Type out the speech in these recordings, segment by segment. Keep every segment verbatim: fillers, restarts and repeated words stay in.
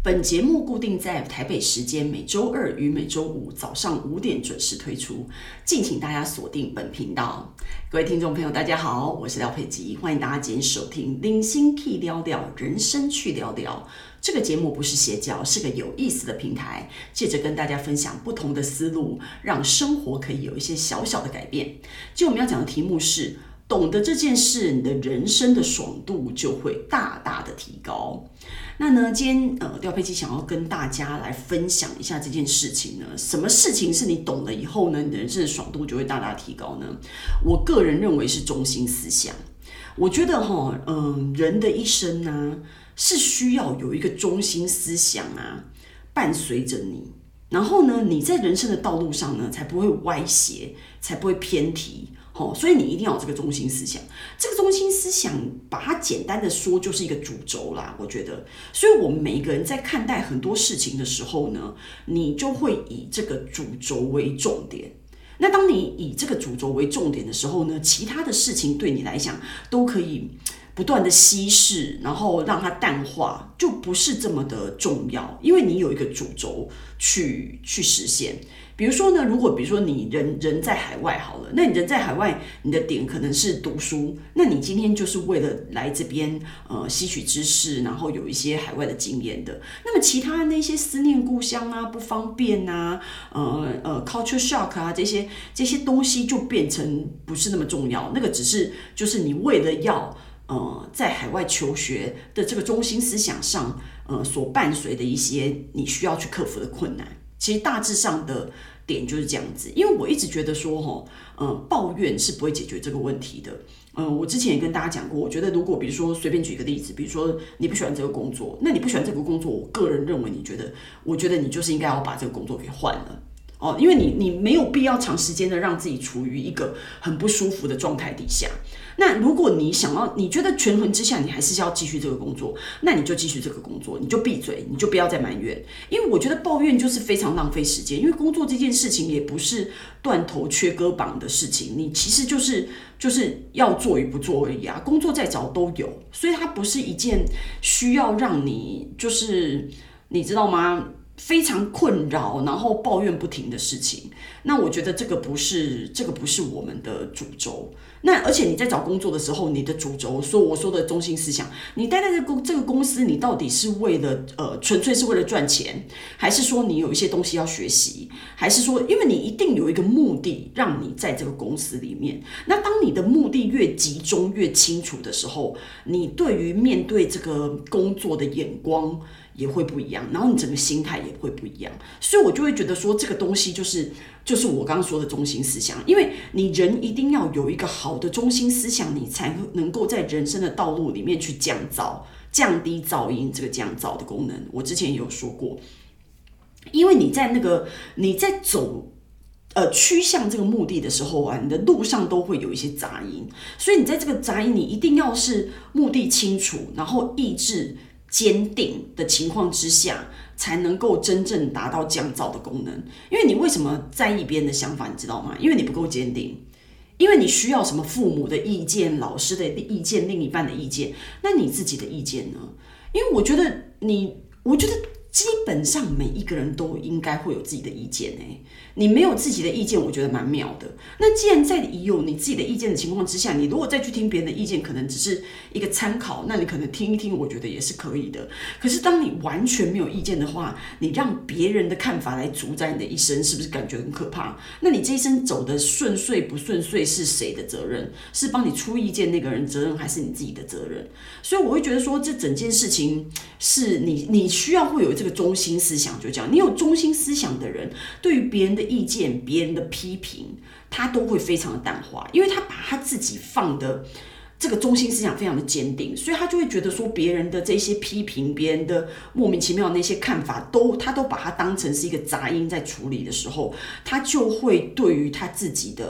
本节目固定在台北时间每周二与每周五早上五点准时推出，敬请大家锁定本频道。各位听众朋友，大家好，我是廖佩吉，欢迎大家今天收听零星 K 聊聊人生去聊聊。这个节目不是邪教，是个有意思的平台，借着跟大家分享不同的思路，让生活可以有一些小小的改变。今天我们要讲的题目是，懂得这件事，你的人生的爽度就会大大的提高。那呢，今天呃，廖佩琪想要跟大家来分享一下这件事情呢。什么事情是你懂了以后呢，你的人生的爽度就会大大提高呢？我个人认为是中心思想。我觉得哈，嗯、呃，人的一生呢、啊，是需要有一个中心思想啊，伴随着你。然后呢，你在人生的道路上呢，才不会歪斜，才不会偏题。哦、所以你一定要有这个中心思想。这个中心思想，把它简单的说，就是一个主轴啦。我觉得，所以我们每一个人在看待很多事情的时候呢，你就会以这个主轴为重点。那当你以这个主轴为重点的时候呢，其他的事情对你来讲都可以不断的稀释，然后让它淡化，就不是这么的重要，因为你有一个主轴去去实现。比如说呢，如果比如说你人人在海外好了，那你人在海外，你的点可能是读书，那你今天就是为了来这边呃吸取知识，然后有一些海外的经验的。那么其他那些思念故乡啊、不方便啊、呃呃 culture shock 啊这些这些东西就变成不是那么重要，那个只是就是你为了要呃在海外求学的这个中心思想上呃所伴随的一些你需要去克服的困难。其实大致上的点就是这样子，因为我一直觉得说，哈，呃，抱怨是不会解决这个问题的。嗯、呃，我之前也跟大家讲过，我觉得如果比如说随便举一个例子，比如说你不喜欢这个工作，那你不喜欢这个工作，我个人认为，你觉得，我觉得你就是应该要把这个工作给换了。哦，因为你你没有必要长时间的让自己处于一个很不舒服的状态底下。那如果你想要，你觉得权衡之下，你还是要继续这个工作，那你就继续这个工作，你就闭嘴，你就不要再埋怨。因为我觉得抱怨就是非常浪费时间，因为工作这件事情也不是断头缺胳膀的事情，你其实就是就是要做与不做而已啊。工作再找都有，所以它不是一件需要让你就是你知道吗？非常困扰，然后抱怨不停的事情，那我觉得这个不是这个不是我们的主轴。那而且你在找工作的时候，你的主轴，说我说的中心思想，你待在这个这个公司，你到底是为了呃纯粹是为了赚钱，还是说你有一些东西要学习，还是说因为你一定有一个目的让你在这个公司里面？那当你的目的越集中越清楚的时候，你对于面对这个工作的眼光也会不一样，然后你整个心态也会不一样，所以我就会觉得说，这个东西就是就是我刚刚说的中心思想，因为你人一定要有一个好的中心思想，你才能够在人生的道路里面去降噪，降低噪音这个降噪的功能。我之前也有说过，因为你在那个你在走。呃，趋向这个目的的时候啊，你的路上都会有一些杂音，所以你在这个杂音，你一定要是目的清楚，然后意志坚定的情况之下，才能够真正达到降噪的功能。因为你为什么在意别人的想法，你知道吗？因为你不够坚定，因为你需要什么父母的意见、老师的意见、另一半的意见，那你自己的意见呢？因为我觉得你，我觉得基本上每一个人都应该会有自己的意见欸。你没有自己的意见，我觉得蛮妙的。那既然在你有你自己的意见的情况之下，你如果再去听别人的意见，可能只是一个参考，那你可能听一听，我觉得也是可以的。可是当你完全没有意见的话，你让别人的看法来主宰你的一生，是不是感觉很可怕？那你这一生走的顺遂不顺遂是谁的责任？是帮你出意见那个人责任，还是你自己的责任？所以我会觉得说，这整件事情是你你需要会有这个中心思想，就这样。你有中心思想的人，对于别人的意见、别人的批评，他都会非常的淡化，因为他把他自己放的这个中心思想非常的坚定，所以他就会觉得说，别人的这些批评、别人的莫名其妙的那些看法，都他都把它当成是一个杂音在处理的时候，他就会对于他自己的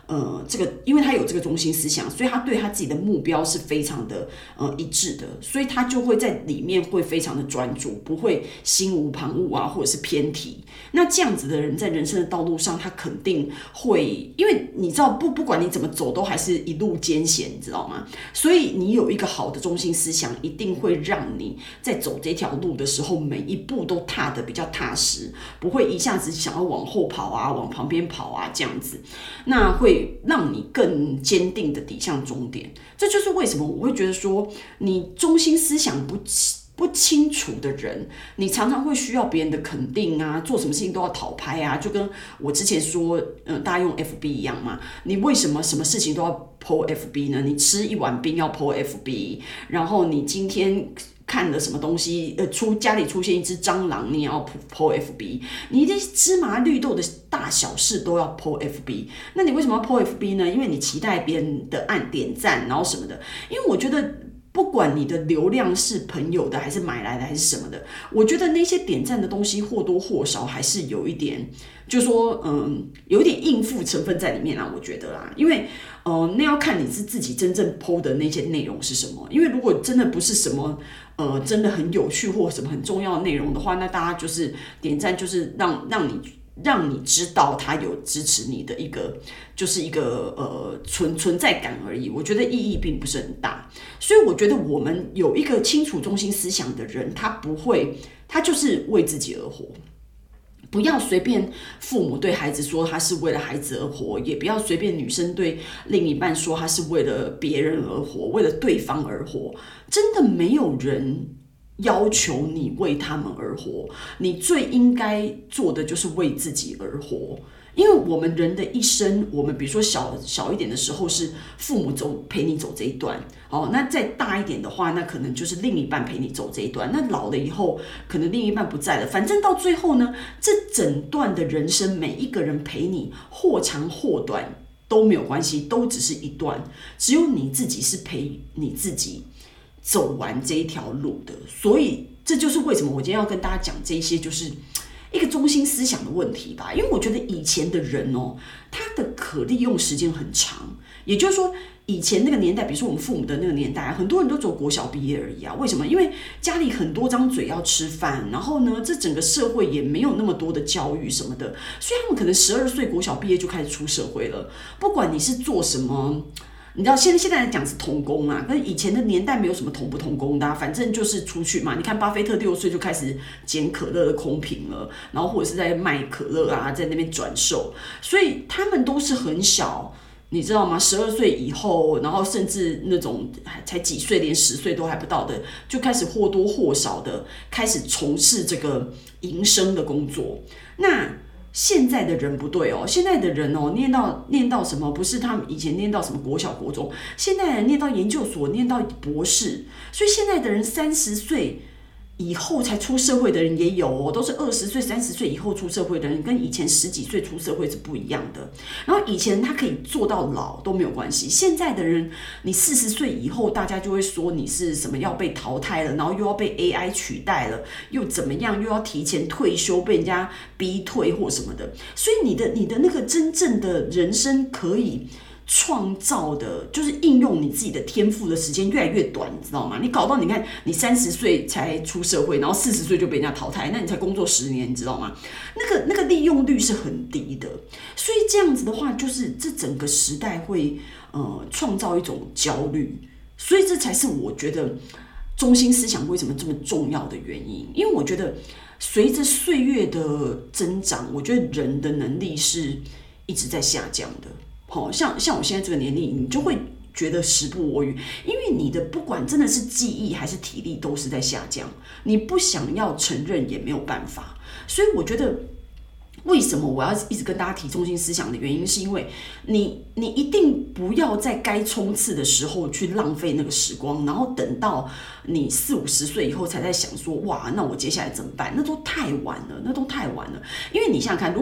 呃，这个因为他有这个中心思想，所以他对他自己的目标是非常的呃一致的，所以他就会在里面会非常的专注，不会心无旁骛啊，或者是偏题。那这样子的人在人生的道路上，他肯定会，因为你知道不不管你怎么走，都还是一路艰险，你知道吗？所以你有一个好的中心思想，一定会让你在走这条路的时候，每一步都踏得比较踏实，不会一下子想要往后跑啊，往旁边跑啊这样子，那会让你更坚定的抵向终点。这就是为什么我会觉得说，你中心思想不不清楚的人，你常常会需要别人的肯定啊，做什么事情都要讨拍啊，就跟我之前说，嗯，大家用 F B 一样嘛。你为什么什么事情都要 po F B 呢？你吃一碗冰要 po F B， 然后你今天看了什么东西，呃，出家里出现一只蟑螂，你也要 po F B， 你的芝麻绿豆的大小事都要 po F B， 那你为什么要 po F B 呢？因为你期待别人的按点赞，然后什么的。因为我觉得，不管你的流量是朋友的还是买来的还是什么的，我觉得那些点赞的东西或多或少还是有一点，就说嗯，有一点应付成分在里面啦，我觉得啦，因为呃，那要看你是自己真正 po 的那些内容是什么。因为如果真的不是什么呃真的很有趣或什么很重要的内容的话，那大家就是点赞，就是让让你。让你知道他有支持你的一个，就是一个呃存存在感而已。我觉得意义并不是很大，所以我觉得我们有一个清楚中心思想的人，他不会，他就是为自己而活。不要随便父母对孩子说他是为了孩子而活，也不要随便女生对另一半说他是为了别人而活，为了对方而活。真的没有人要求你为他们而活，你最应该做的就是为自己而活。因为我们人的一生，我们比如说小小一点的时候是父母走陪你走这一段，哦，那再大一点的话，那可能就是另一半陪你走这一段。那老了以后，可能另一半不在了，反正到最后呢，这整段的人生，每一个人陪你，或长或短都没有关系，都只是一段，只有你自己是陪你自己走完这一条路的。所以这就是为什么我今天要跟大家讲这些，就是一个中心思想的问题吧。因为我觉得以前的人哦，他的可利用时间很长，也就是说以前那个年代，比如说我们父母的那个年代，很多人都走国小毕业而已啊。为什么？因为家里很多张嘴要吃饭，然后呢，这整个社会也没有那么多的教育什么的，所以他们可能十二岁国小毕业就开始出社会了。不管你是做什么，你知道现在现在来讲是童工啊，跟以前的年代没有什么童不童工的啊，反正就是出去嘛。你看巴菲特六岁就开始捡可乐的空瓶了，然后或者是在卖可乐啊，在那边转售，所以他们都是很小。你知道吗？十二岁以后，然后甚至那种才几岁，连十岁都还不到的，就开始或多或少的开始从事这个营生的工作。那现在的人不对哦，现在的人哦，念到念到什么？不是他们以前念到什么国小、国中，现在人念到研究所，念到博士。所以现在的人三十岁以后才出社会的人也有哦，都是二十岁、三十岁以后出社会的人，跟以前十几岁出社会是不一样的。然后以前他可以做到老都没有关系，现在的人，你四十岁以后，大家就会说你是什么要被淘汰了，然后又要被 A I 取代了，又怎么样，又要提前退休，被人家逼退或什么的。所以你的你的那个真正的人生可以创造的，就是应用你自己的天赋的时间越来越短，你知道吗？你搞到你看，你三十岁才出社会，然后四十岁就被人家淘汰，那你才工作十年，你知道吗？那个那个利用率是很低的，所以这样子的话，就是这整个时代会呃创造一种焦虑，所以这才是我觉得中心思想为什么这么重要的原因。因为我觉得随着岁月的增长，我觉得人的能力是一直在下降的。好像像我现在这个年龄，你就会觉得时不我与，因为你的不管真的是记忆还是体力都是在下降，你不想要承认也没有办法。所以我觉得为什么我要一直跟大家提中心思想的原因，是因为你你一定不要在该冲刺的时候去浪费那个时光，然后等到你四五十岁以后才在想说，哇，那我接下来怎么办？那都太晚了，那都太晚了。因为你想想看，如果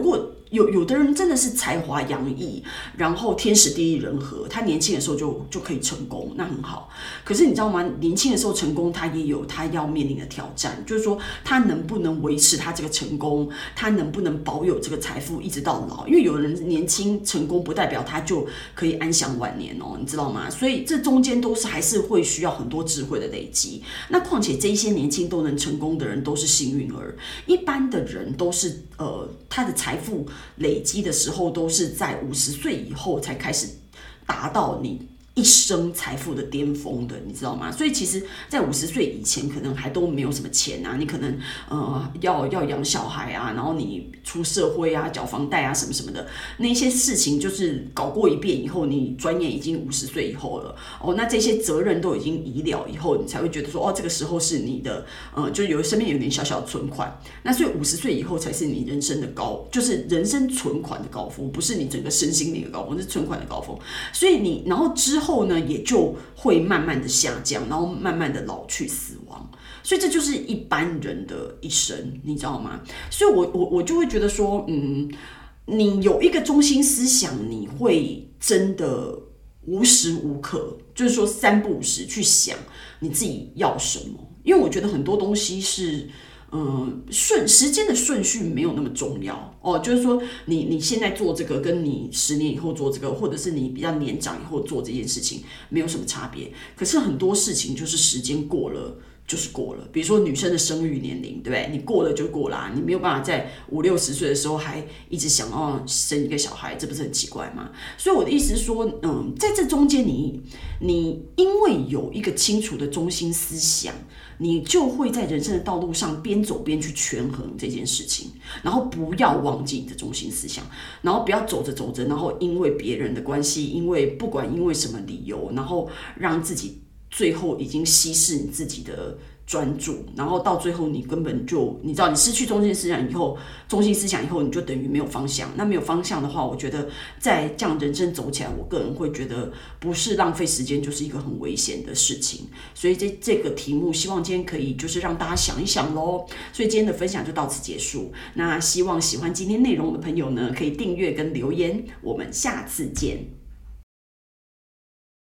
有有的人真的是才华洋溢，然后天时地利人和，他年轻的时候就就可以成功，那很好。可是你知道吗？年轻的时候成功，他也有他要面临的挑战，就是说他能不能维持他这个成功，他能不能保有这个财富一直到老？因为有人年轻成功，不代表他就可以安享晚年哦，你知道吗？所以这中间都是还是会需要很多智慧的累积。那况且这一些年轻都能成功的人都是幸运儿，一般的人都是呃他的财富累积的时候都是在五十岁以后才开始达到你一生财富的巅峰的，你知道吗？所以其实，在五十岁以前，可能还都没有什么钱啊，你可能呃要要养小孩啊，然后你出社会啊，缴房贷啊，什么什么的，那些事情就是搞过一遍以后，你转眼已经五十岁以后了哦，那这些责任都已经移了以后，你才会觉得说哦，这个时候是你的呃，就有身边有点小小的存款，那所以五十岁以后才是你人生的高，就是人生存款的高峰，不是你整个身心灵的高峰，是存款的高峰，所以你然后之后。后呢，也就会慢慢的下降，然后慢慢的老去死亡，所以这就是一般人的一生，你知道吗？所以我我我就会觉得说，嗯，你有一个中心思想，你会真的无时无刻，就是说三不五时去想你自己要什么，因为我觉得很多东西是。嗯，顺时间的顺序没有那么重要哦，就是说你你现在做这个，跟你十年以后做这个，或者是你比较年长以后做这件事情，没有什么差别。可是很多事情就是时间过了就是过了，比如说女生的生育年龄，对不对？你过了就过啦，你没有办法在五六十岁的时候还一直想要生一个小孩，这不是很奇怪吗？所以我的意思是说，嗯，在这中间你你因为有一个清楚的中心思想。你就会在人生的道路上边走边去权衡这件事情，然后不要忘记你的中心思想，然后不要走着走着，然后因为别人的关系，因为不管因为什么理由，然后让自己最后已经稀释你自己的专注，然后到最后你根本就你知道，你失去中心思想以后，中心思想以后，你就等于没有方向。那没有方向的话，我觉得在这样人生走起来，我个人会觉得不是浪费时间，就是一个很危险的事情。所以这这个题目，希望今天可以就是让大家想一想咯。所以今天的分享就到此结束。那希望喜欢今天内容的朋友呢，可以订阅跟留言。我们下次见。